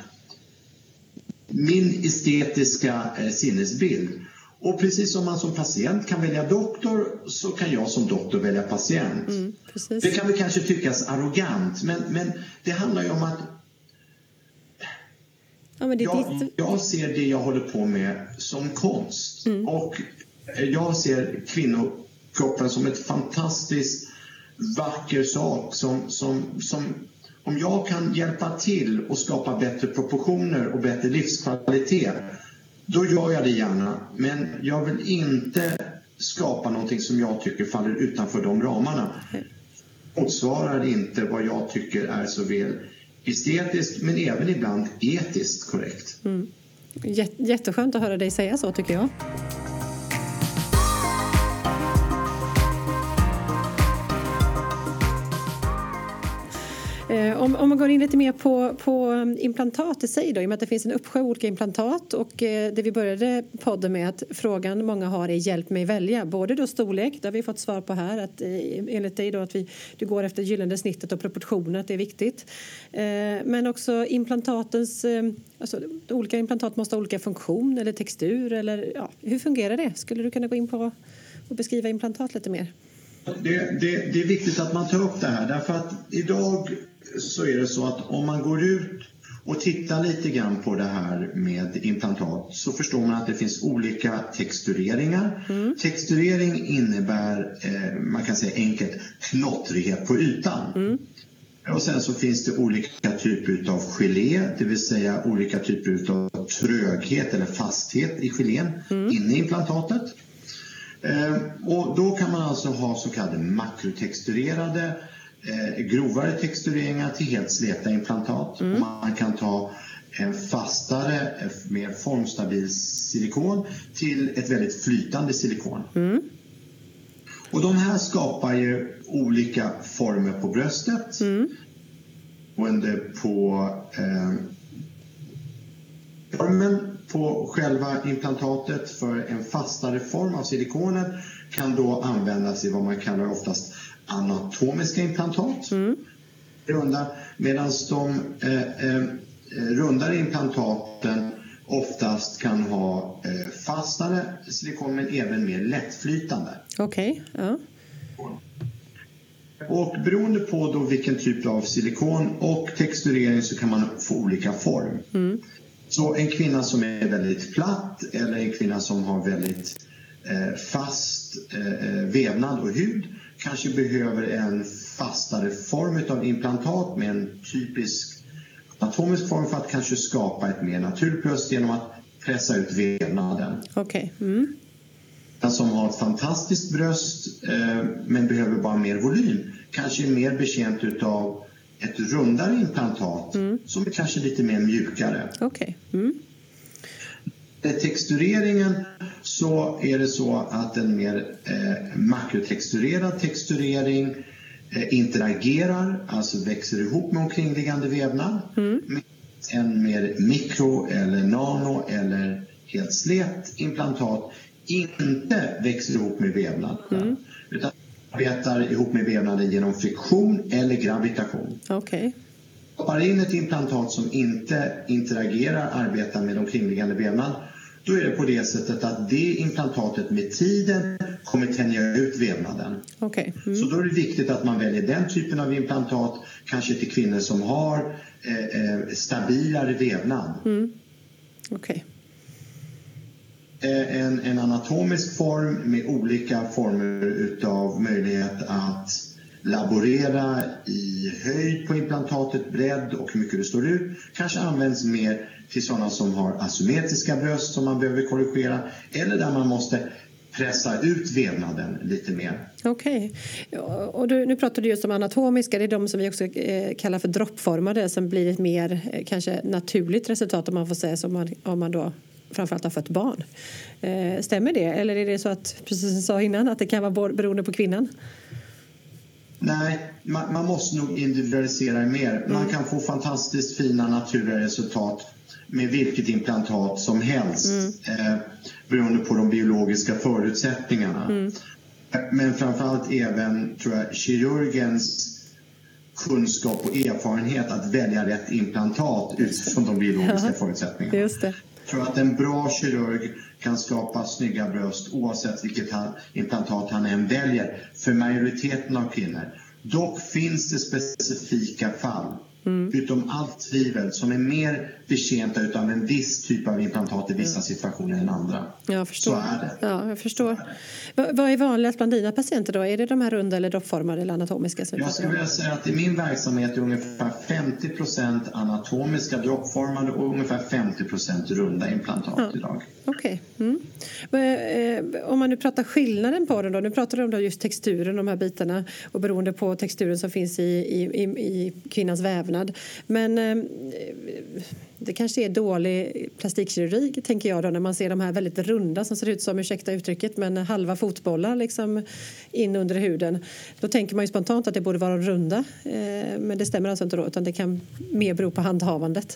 min estetiska eh, sinnesbild. Och precis som man som patient kan välja doktor så kan jag som doktor välja patient. Mm, det kan väl kanske tyckas arrogant men, men det handlar ju om att ja, men det, jag, det... jag ser det jag håller på med som konst. Mm. Och jag ser kvinnokroppen som ett fantastiskt vacker sak som, som, som om jag kan hjälpa till och skapa bättre proportioner och bättre livskvalitet, då gör jag det gärna. Men jag vill inte skapa någonting som jag tycker faller utanför de ramarna. Motsvarar inte vad jag tycker är så väl estetiskt, men även ibland etiskt korrekt. Mm. Jätteskönt att höra dig säga så, tycker jag. Om, om man går in lite mer på, på implantat i sig då, i och med att det finns en uppsjö olika implantat och eh, det vi började podden med att frågan många har är hjälp mig välja. Både då storlek, där vi fått svar på här, att eh, enligt dig då att vi, du går efter gyllene snittet och proportioner, att det är viktigt. Eh, men också implantatens, eh, alltså olika implantat måste ha olika funktion eller textur eller ja, hur fungerar det? Skulle du kunna gå in på och beskriva implantat lite mer? Det, det, det är viktigt att man tar upp det här därför att idag så är det så att om man går ut och tittar lite grann på det här med implantat så förstår man att det finns olika textureringar. Mm. Texturering innebär, eh, man kan säga enkelt, klottrighet på ytan. Mm. Och sen så finns det olika typer av gelé, det vill säga olika typer av tröghet eller fasthet i gelén mm. inne i implantatet. Eh, och då kan man alltså ha så kallade makrotexturerade eh, grovare textureringar till helt släta implantat. Mm. Man kan ta en fastare, mer formstabil silikon till ett väldigt flytande silikon. Mm. Och de här skapar ju olika former på bröstet. Mm. Beroende på eh, formen på själva implantatet. För en fastare form av silikonen kan då användas i vad man kallar oftast anatomiska implantat. Mm. Runda, medan de eh, eh, rundare implantaten oftast kan ha eh, fastare silikon men även mer lättflytande. Okej, okay. Ja. Och beroende på då vilken typ av silikon och texturering så kan man få olika form. Mm. Så en kvinna som är väldigt platt eller en kvinna som har väldigt eh, fast eh, vävnad och hud kanske behöver en fastare form av implantat med en typisk anatomisk form för att kanske skapa ett mer naturligt bröst genom att pressa ut vävnaden. Okej. Okay. Mm. Den som har ett fantastiskt bröst eh, men behöver bara mer volym kanske är mer betjänt utav ett rundare implantat mm. som är kanske lite mer mjukare. Okej. Okay. Mm. Textureringen så är det så att en mer eh, makrotexturerad texturering eh, interagerar, alltså växer ihop med omkringliggande vävnad. Mm. Med en mer mikro eller nano eller helt slet implantat inte växer ihop med vävnad. Mm. Utan arbetar ihop med vävnaden genom friktion eller gravitation. Okej. Okay. Stoppar in ett implantat som inte interagerar, arbetar med omkringliggande vävnad, då är det på det sättet att det implantatet med tiden kommer tänja ut vävnaden. Okay. Mm. Så då är det viktigt att man väljer den typen av implantat, kanske till kvinnor som har eh, eh, stabilare vävnad. Mm. Okej. Okay. En, en anatomisk form med olika former utav möjlighet att laborera i höjd på implantatet, bredd och hur mycket det står ut. Kanske används mer till sådana som har asymmetriska bröst som man behöver korrigera. Eller där man måste pressa ut vävnaden lite mer. Okej. Okay. Och du, nu pratar du just om anatomiska. Det är de som vi också eh, kallar för droppformade som blir ett mer eh, kanske naturligt resultat om man får säga som man, om man då framförallt har fått barn. Eh, stämmer det? Eller är det så att, precis som jag sa innan, att det kan vara beroende på kvinnan? Nej, man, man måste nog individualisera mer. Man mm. kan få fantastiskt fina naturliga resultat med vilket implantat som helst. Mm. Eh, beroende på de biologiska förutsättningarna. Mm. Men framförallt även, tror jag, kirurgens kunskap och erfarenhet att välja rätt implantat utifrån de biologiska ja. förutsättningarna. Just det. Jag tror att en bra kirurg kan skapa snygga bröst oavsett vilket han, implantat han än väljer för majoriteten av kvinnor. Dock finns det specifika fall, mm. utom allt tvivel, som är mer betjänta utav en viss typ av implantat i vissa mm. situationer än andra. Jag förstår. Så är det. Ja, jag förstår. Vad, vad är vanligast bland dina patienter då? Är det de här runda eller droppformade eller anatomiska? Som jag skulle vilja säga att i min verksamhet är ungefär femtio procent anatomiska droppformade och ungefär femtio procent runda implantat ja. idag. Okej. Okay. Mm. Om man nu pratar skillnaden på den då, nu pratar du om då just texturen, de här bitarna och beroende på texturen som finns i, i, i kvinnans vävnad. Men det kanske är dålig plastikkirurgi, tänker jag då, när man ser de här väldigt runda som ser ut som, ursäkta uttrycket, men halva fotbollar liksom in under huden. Då tänker man ju spontant att det borde vara runda, men det stämmer alltså inte då, utan det kan mer bero på handhavandet.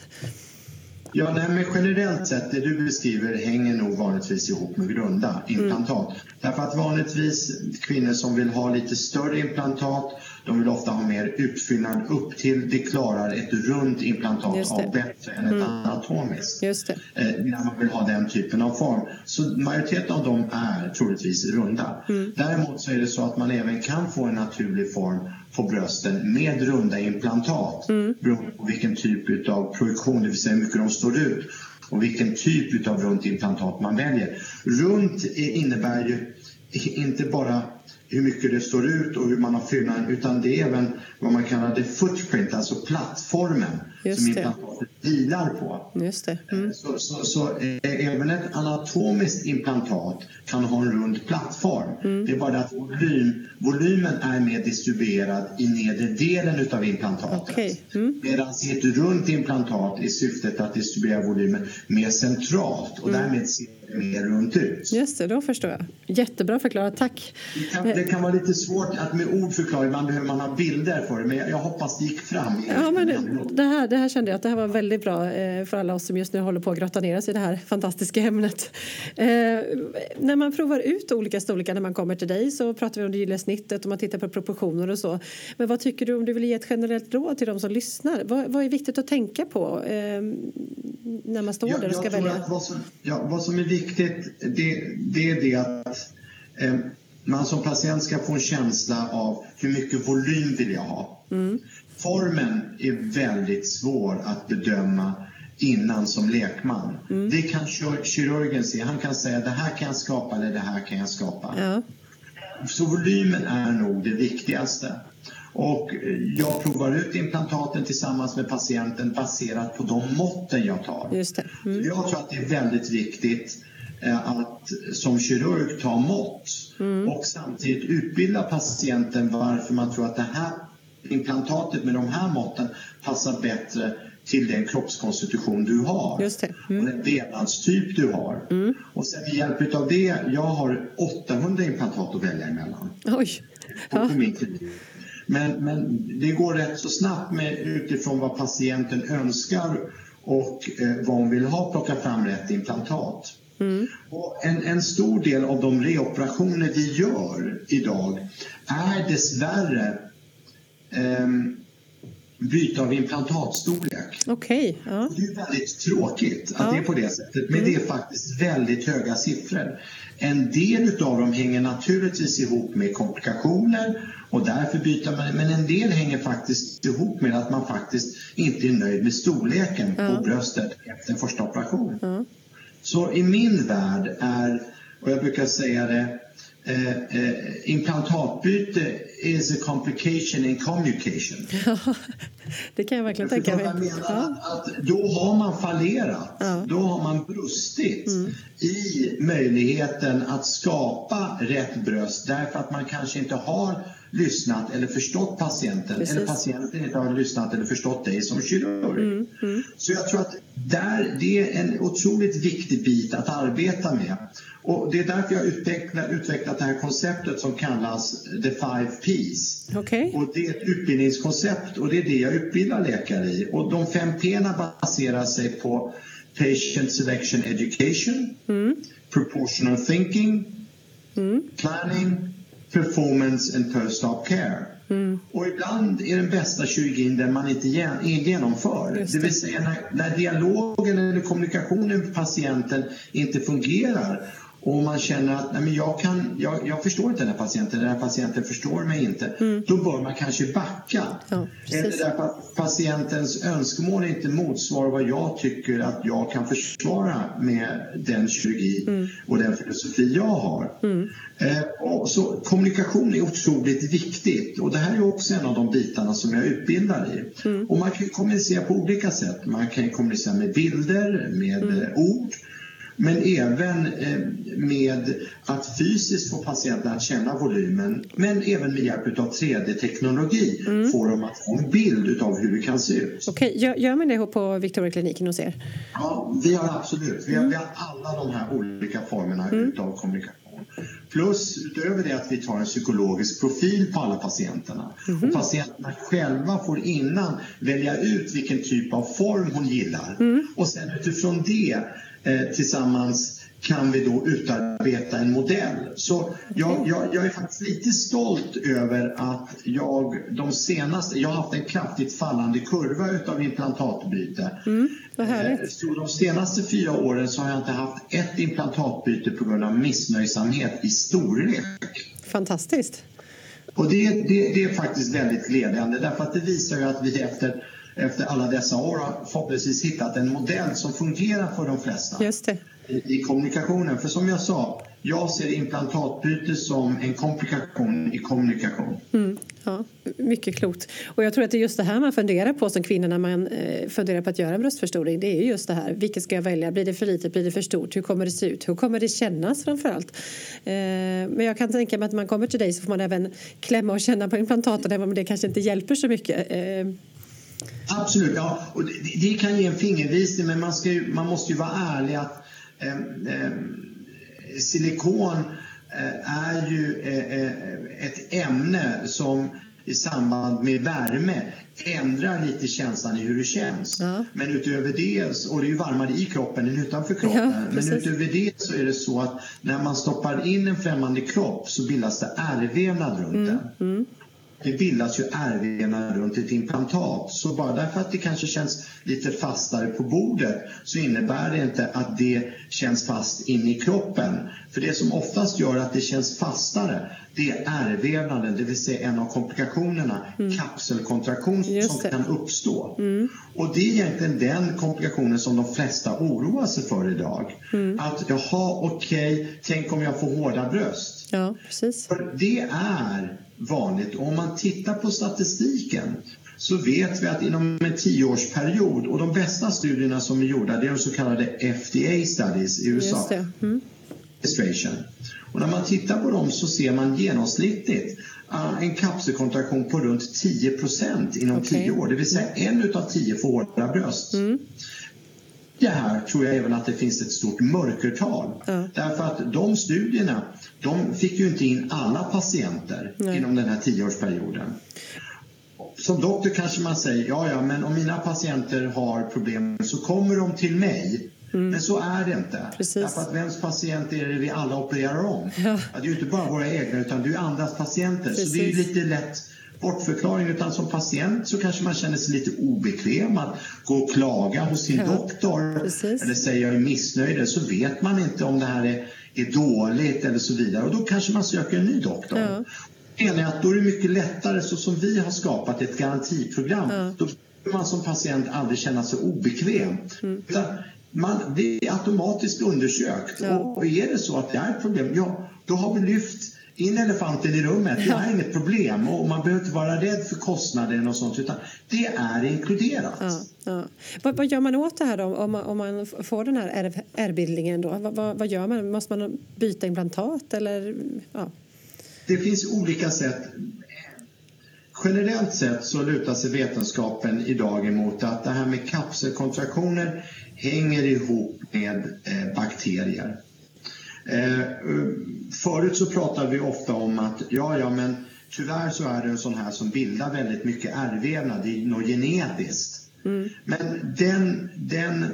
Ja, nej, men generellt sett, det du beskriver hänger nog vanligtvis ihop med runda implantat. Mm. Därför att vanligtvis kvinnor som vill ha lite större implantat, de vill ofta ha mer utfyllnad upp till det klarar ett runt implantat av bättre än ett mm. anatomiskt. Just det. Eh, när man vill ha den typen av form. Så majoriteten av dem är troligtvis runda. Mm. Däremot så är det så att man även kan få en naturlig form på brösten med runda implantat. Mm. Beroende på vilken typ av projektion, det vill säga hur mycket de står ut. Och vilken typ av runt implantat man väljer. Runt innebär ju inte bara hur mycket det står ut och hur man har fyllnaden, utan det är även vad man kallar det footprint, alltså plattformen. Just som implantatet vilar på. Just det. Mm. Så, så, så eh, även ett anatomiskt implantat kan ha en rund plattform. Mm. Det är bara det att volym, volymen är mer distribuerad i nedre delen av implantatet. Okay. Mm. Medan i ett runt implantat är syftet att distribuera volymen mer centralt och mm. därmed ser mer runt ut. Just det, då förstår jag. Jättebra förklarat, tack. Det kan, det kan vara lite svårt att med ord förklara, ibland behöver man ha bilder för det, men jag, jag hoppas det gick fram. Ja, men det, det, här, det här kände jag att det här var väldigt bra eh, för alla oss som just nu håller på att grotta ner oss i det här fantastiska ämnet. Eh, när man provar ut olika storlekar när man kommer till dig så pratar vi om det gyllene snittet och man tittar på proportioner och så. Men vad tycker du, om du vill ge ett generellt råd till de som lyssnar? Vad, vad är viktigt att tänka på eh, när man står ja, där och ska välja? Vad som, ja, vad som är viktigt, det, det är det att eh, man som patient ska få en känsla av hur mycket volym vill jag ha. Mm. Formen är väldigt svår att bedöma innan som lekman. Mm. Det kan kirurgen se. Han kan säga det här kan jag skapa eller det här kan jag skapa. Ja. Så volymen är nog det viktigaste. Och jag provar ut implantaten tillsammans med patienten baserat på de måtten jag tar. Just det. Mm. Jag tror att det är väldigt viktigt att som kirurg ta mått mm. och samtidigt utbilda patienten varför man tror att det här implantatet med de här måtten passar bättre till den kroppskonstitution du har. Just det. Mm. Och den levnadstyp du har. Mm. Och sen med hjälp av det, jag har åttahundra implantat att välja emellan. Oj. Ja. På min klinik. Men, men det går rätt så snabbt med, utifrån vad patienten önskar och eh, vad hon vill ha, plocka fram rätt implantat. Mm. Och en, en stor del av de reoperationer vi gör idag är dessvärre eh, byte av implantatstorlek. Okej. Okay, ja. Det är väldigt tråkigt att ja. det är på det sättet, men mm. det är faktiskt väldigt höga siffror. En del av dem hänger naturligtvis ihop med komplikationer och därför byter man, men en del hänger faktiskt ihop med att man faktiskt inte är nöjd med storleken ja. på bröstet efter första operation. Ja. Så i min värld är, och jag brukar säga det, eh, eh, implantatbyte is a complication in communication. Ja, det kan jag verkligen jag tänka mig. Jag menar ja. att, att då har man fallerat, ja. då har man brustit mm. i möjligheten att skapa rätt bröst därför att man kanske inte har lyssnat eller förstått patienten. Precis. Eller patienten inte har lyssnat eller förstått dig som kirurg. Mm, mm. Så jag tror att där, det är en otroligt viktig bit att arbeta med. Och det är därför jag utvecklat, utvecklat det här konceptet som kallas The Five P's. Okay. Och det är ett utbildningskoncept och det är det jag utbildar läkare i. Och de fem P'na baserar sig på Patient Selection Education, mm. Proportional Thinking, mm. Planning, Performance and Post-op Care. Mm. Och ibland är den bästa kirurgin den man inte genomför. Det. det vill säga när, när dialogen eller kommunikationen med patienten inte fungerar och man känner att nej, men jag, kan, jag, jag förstår inte den här patienten, den här patienten förstår mig inte. Mm. Då bör man kanske backa. Ja, eller därför att patientens önskemål inte motsvarar vad jag tycker att jag kan försvara med den kirurgi mm. och den filosofi jag har. Mm. Eh, och så kommunikation är otroligt viktigt och det här är också en av de bitarna som jag utbildar i. Mm. Och man kan kommunicera på olika sätt. Man kan kommunicera med bilder, med mm. eh, ord. Men även eh, med att fysiskt få patienten att känna volymen. Men även med hjälp av tre D-teknologi mm. får de att få en bild av hur det kan se ut. Okej, okay. gör, gör man det på Victoria-kliniken hos er? Ja, vi har absolut. Vi har, mm. vi har alla de här olika formerna mm. utav kommunikation. Plus utöver det att vi tar en psykologisk profil på alla patienterna. Mm. Och patienterna själva får innan välja ut vilken typ av form hon gillar. Mm. Och sen utifrån det eh, tillsammans kan vi då utarbeta en modell. Så jag, jag, jag är faktiskt lite stolt över att jag de senaste, jag har haft en kraftigt fallande kurva utav implantatbyte. Mm, vad härligt. Så de senaste fyra åren så har jag inte haft ett implantatbyte på grund av missnöjsamhet i storlek. Fantastiskt. Och det, det, det är faktiskt väldigt glädjande därför att det visar ju att vi efter, efter alla dessa år har förhoppningsvis hittat en modell som fungerar för de flesta. Just det. I, i kommunikationen. För som jag sa, jag ser implantatbyte som en komplikation i kommunikation. Mm, ja, mycket klokt. Och jag tror att det är just det här man funderar på som kvinna när man eh, funderar på att göra en bröstförstoring. Det är ju just det här. Vilket ska jag välja? Blir det för litet? Blir det för stort? Hur kommer det se ut? Hur kommer det kännas framförallt? Eh, men jag kan tänka mig att man kommer till dig så får man även klämma och känna på implantaten även om det kanske inte hjälper så mycket. Eh, Absolut, ja. Och det, det kan ge en fingervisning men man, ska ju, man måste ju vara ärlig att Eh, eh, silikon eh, är ju eh, ett ämne som i samband med värme ändrar lite känslan i hur det känns. Ja. Men utöver det, och det är ju varmare i kroppen än utanför kroppen, ja, men utöver det så är det så att när man stoppar in en främmande kropp så bildas det ärrvävnad runt mm. den. Mm. Det bildas ju ärrvävnad runt ett implantat. Så bara därför att det kanske känns lite fastare på bordet så innebär det inte att det känns fast in i kroppen. För det som oftast gör att det känns fastare, det är ärrvävnaden, det vill säga en av komplikationerna, mm. kapselkontraktion som kan uppstå. Mm. Och det är egentligen den komplikationen som de flesta oroar sig för idag. Mm. Att jaha, okej, okay, tänk om jag får hårda bröst. Ja, precis. För det är vanligt. Och om man tittar på statistiken så vet vi att inom en tioårsperiod, och de bästa studierna som är gjorda, det är de så kallade F D A studies i U S A. Just det. Mm. Och när man tittar på dem så ser man genomsnittligt en kapselkontraktion på runt tio procent inom okay. tio år. Det vill säga en utav tio får hårda bröst. Mm. Det här tror jag även att det finns ett stort mörkertal. Mm. Därför att de studierna, de fick ju inte in alla patienter mm. inom den här tioårsperioden. Som doktor kanske man säger, ja ja men om mina patienter har problem så kommer de till mig. Mm. Men så är det inte. Precis. Därför att vems patient är det vi alla opererar om? Ja. Det är ju inte bara våra egna utan det är andras patienter. Precis. Så det är ju lite lätt bortförklaring, utan som patient så kanske man känner sig lite obekväm att gå och klaga hos sin ja. doktor. Precis. Eller säga jag är missnöjd, så vet man inte om det här är, är dåligt eller så vidare. Och då kanske man söker en ny doktor. Ja. En är att då är det mycket lättare, så som vi har skapat ett garantiprogram. Ja. Då behöver man som patient aldrig känna sig obekväm. Mm. Utan man, det är automatiskt undersökt. Ja. Och är det så att det är ett problem, ja, då har vi lyft in elefanten i rummet. Det är inget problem och man behöver inte vara rädd för kostnader och sånt, utan det är inkluderat. Ja, ja. Vad, vad gör man åt det här då, om man, om man får den här ärrbildningen då? Vad, vad, vad gör man? Måste man byta implantat eller ja? Det finns olika sätt. Generellt sett så lutar sig vetenskapen idag emot att det här med kapselkontraktioner hänger ihop med eh, bakterier. Eh, förut så pratade vi ofta om att ja, ja men tyvärr så är det en sån här som bildar väldigt mycket ärrvävnad, det är något genetiskt. Mm. Men den, den,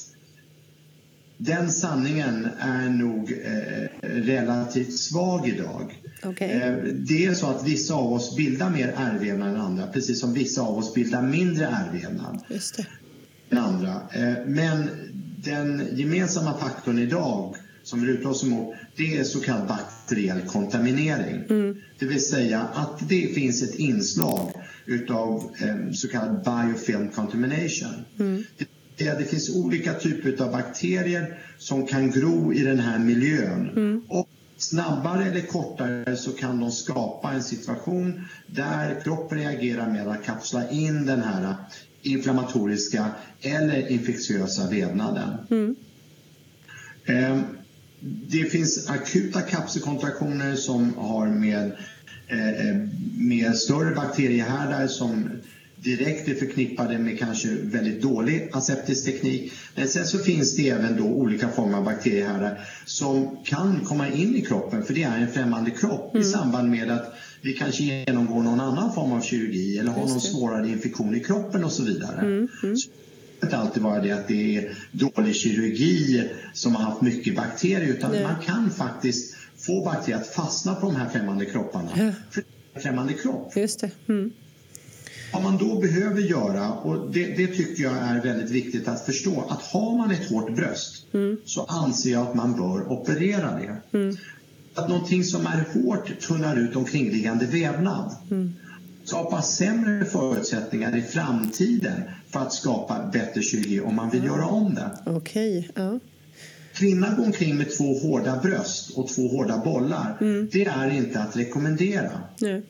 den sanningen är nog eh, relativt svag idag. Okay. Eh, det är så att vissa av oss bildar mer ärrvävnad än andra, precis som vissa av oss bildar mindre ärrvävnad Just det. än andra. Eh, men den gemensamma faktorn idag som vi lutar oss emot, det är så kallad bakteriell kontaminering. Mm. Det vill säga att det finns ett inslag utav eh, så kallad biofilm contamination. Mm. Det, det finns olika typer av bakterier som kan gro i den här miljön. Mm. Och snabbare eller kortare så kan de skapa en situation där kroppen reagerar med att kapsla in den här inflammatoriska eller infektiösa vävnaden. Mm. Eh, Det finns akuta kapselkontraktioner som har med, eh, med större bakteriehärdar som direkt är förknippade med kanske väldigt dålig aseptisk teknik. Men sen så finns det även då olika former av bakteriehärdar som kan komma in i kroppen, för det är en främmande kropp mm. i samband med att vi kanske genomgår någon annan form av kirurgi eller har någon svårare infektion i kroppen och så vidare. Mm. Mm. Så inte alltid vara det att det är dålig kirurgi som har haft mycket bakterier, utan Nej. man kan faktiskt få bakterier att fastna på de här främmande kropparna. Ja. För det är en främmande kropp. Just det. Mm. Vad man då behöver göra, och det, det tycker jag är väldigt viktigt att förstå, att har man ett hårt bröst mm. så anser jag att man bör operera det. Mm. Att någonting som är hårt tunnar ut omkringliggande vävnad. Mm. Skapa sämre förutsättningar i framtiden för att skapa bättre kirurgi om man vill ja. göra om det. Okej, ja. Kvinnan går omkring med två hårda bröst och två hårda bollar. Mm. Det är inte att rekommendera. Nej.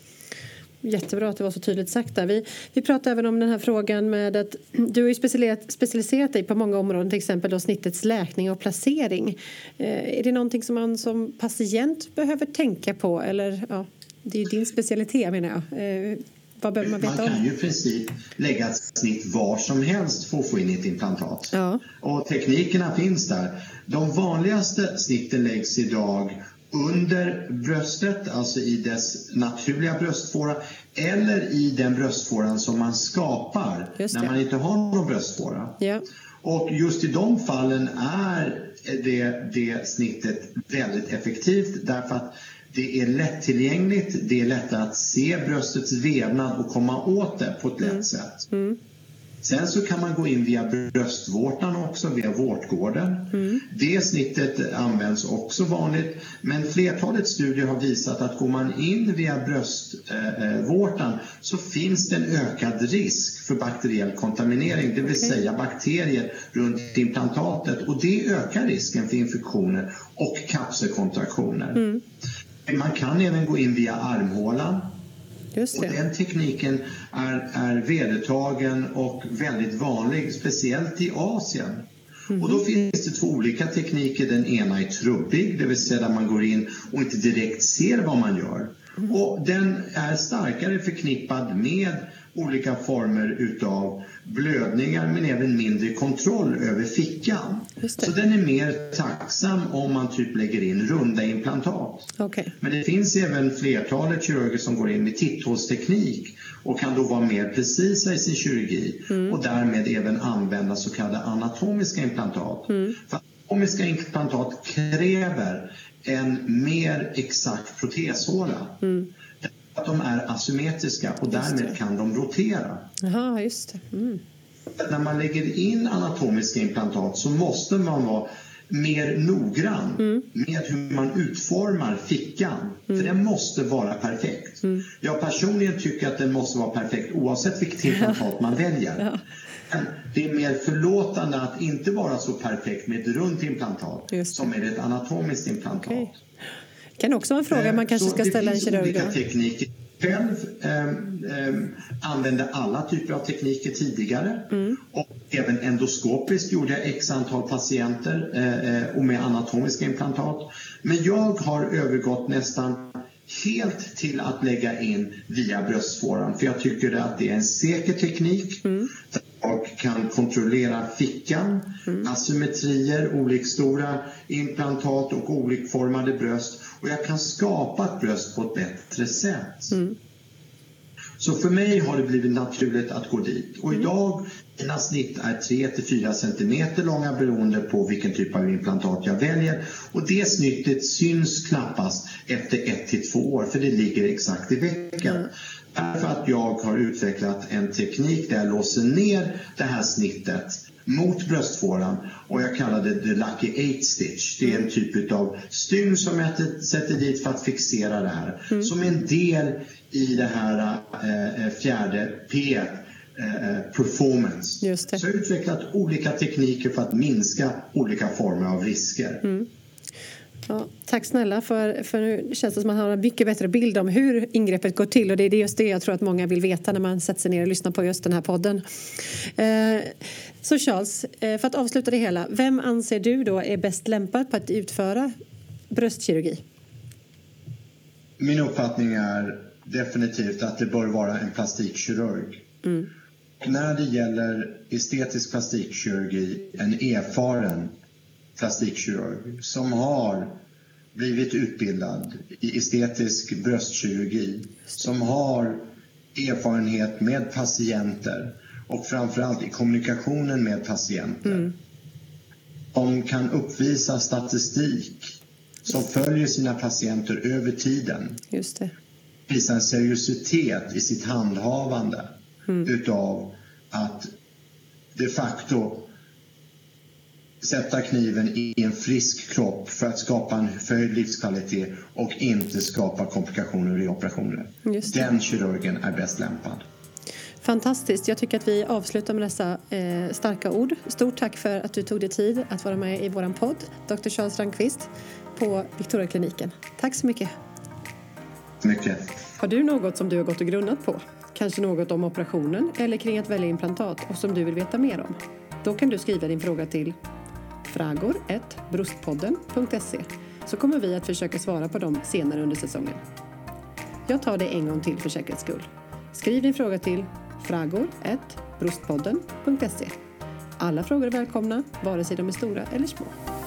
Jättebra att det var så tydligt sagt där. Vi, vi pratar även om den här frågan med att du har ju specialiserat, specialiserat dig på många områden, till exempel då snittets läkning och placering. Eh, är det någonting som man som patient behöver tänka på? Eller, ja, det är ju din specialitet menar jag. Eh, vad behöver man veta man kan om? ju i princip lägga ett snitt var som helst för att få in ett implantat. Ja. Och teknikerna finns där. De vanligaste snitten läggs idag under bröstet, alltså i dess naturliga bröstfåra, eller i den bröstfåran som man skapar när man inte har någon bröstfåra. Ja. Och just i de fallen är det, det snittet väldigt effektivt, därför att det är lättillgängligt, det är lättare att se bröstets vävnad och komma åt det på ett lätt mm. sätt. Mm. Sen så kan man gå in via bröstvårtan också, via vårtgården. Mm. Det snittet används också vanligt. Men flertalet studier har visat att går man in via bröstvårtan så finns det en ökad risk för bakteriell kontaminering. Det vill okay. säga bakterier runt implantatet. Och det ökar risken för infektioner och kapselkontraktioner. Mm. Man kan även gå in via armhålan. Just det. Och den tekniken är, är vedertagen och väldigt vanlig, speciellt i Asien. Mm. Och då finns det två olika tekniker. Den ena är trubbig, det vill säga där man går in och inte direkt ser vad man gör. Mm. Och den är starkare förknippad med olika former utav blödningar men även mindre kontroll över fickan. Så den är mer tacksam om man typ lägger in runda implantat. Okay. Men det finns även flertalet kirurger som går in med titthålsteknik och kan då vara mer precisa i sin kirurgi mm. och därmed även använda så kallade anatomiska implantat. Mm. För anatomiska implantat kräver en mer exakt proteshåla. Mm. Att de är asymmetriska och därmed kan de rotera. Jaha, just det. Mm. När man lägger in anatomiska implantat så måste man vara mer noggrann mm. med hur man utformar fickan. Mm. För den måste vara perfekt. Mm. Jag personligen tycker att den måste vara perfekt oavsett vilket implantat man väljer. Ja. Men det är mer förlåtande att inte vara så perfekt med ett runt implantat som med ett anatomiskt implantat. Okay. Det kan också vara en fråga man kanske så ska ställa en kirurg. Det finns olika tekniker. Själv eh, eh, använde alla typer av tekniker tidigare mm. och även endoskopiskt gjorde jag x antal patienter eh, och med anatomiska implantat. Men jag har övergått nästan helt till att lägga in via bröstfåran för jag tycker att det är en säker teknik. Mm. Och kan kontrollera fickan, mm. asymmetrier, olikstora implantat och olikformade bröst. Och jag kan skapa ett bröst på ett bättre sätt. Mm. Så för mig har det blivit naturligt att gå dit. Och idag, mina snitt är tre till fyra centimeter långa beroende på vilken typ av implantat jag väljer. Och det snittet syns knappast efter ett till två år, för det ligger exakt i veckan. Mm. Därför att jag har utvecklat en teknik där jag låser ner det här snittet mot bröstfåran och jag kallar det the lucky eight stitch. Det är en typ av stygn som jag sätter dit för att fixera det här. Mm. Som en del i det här eh, fjärde P, eh, performance. Just det. Så jag har utvecklat olika tekniker för att minska olika former av risker. Mm. Ja, tack snälla, för, för nu känns det som att man har en mycket bättre bild om hur ingreppet går till och det är just det jag tror att många vill veta när man sätter sig ner och lyssnar på just den här podden. Eh, så Charles, eh, för att avsluta det hela, vem anser du då är bäst lämpad på att utföra bröstkirurgi? Min uppfattning är definitivt att det bör vara en plastikkirurg. Mm. När det gäller estetisk plastikkirurgi, en erfaren plastikkirurg som har blivit utbildad i estetisk bröstkirurgi, som har erfarenhet med patienter och framförallt i kommunikationen med patienter. Mm. Som kan uppvisa statistik som följer sina patienter över tiden. Just det. Visa en seriositet i sitt handhavande mm. utav att de facto sätta kniven i en frisk kropp för att skapa en förhöjd livskvalitet och inte skapa komplikationer i operationer. Den kirurgen är bäst lämpad. Fantastiskt. Jag tycker att vi avslutar med dessa eh, starka ord. Stort tack för att du tog dig tid att vara med i våran podd, doktor Charles Randqvist på Victoriakliniken. Tack så mycket. Mycket. Har du något som du har gått och grunnat på? Kanske något om operationen eller kring att välja implantat och som du vill veta mer om? Då kan du skriva din fråga till fragor at brustpodden punkt se så kommer vi att försöka svara på dem senare under säsongen. Jag tar det en gång till för säkerhets skull. Skriv din fråga till fragor at brustpodden punkt se. Alla frågor är välkomna, vare sig de är stora eller små.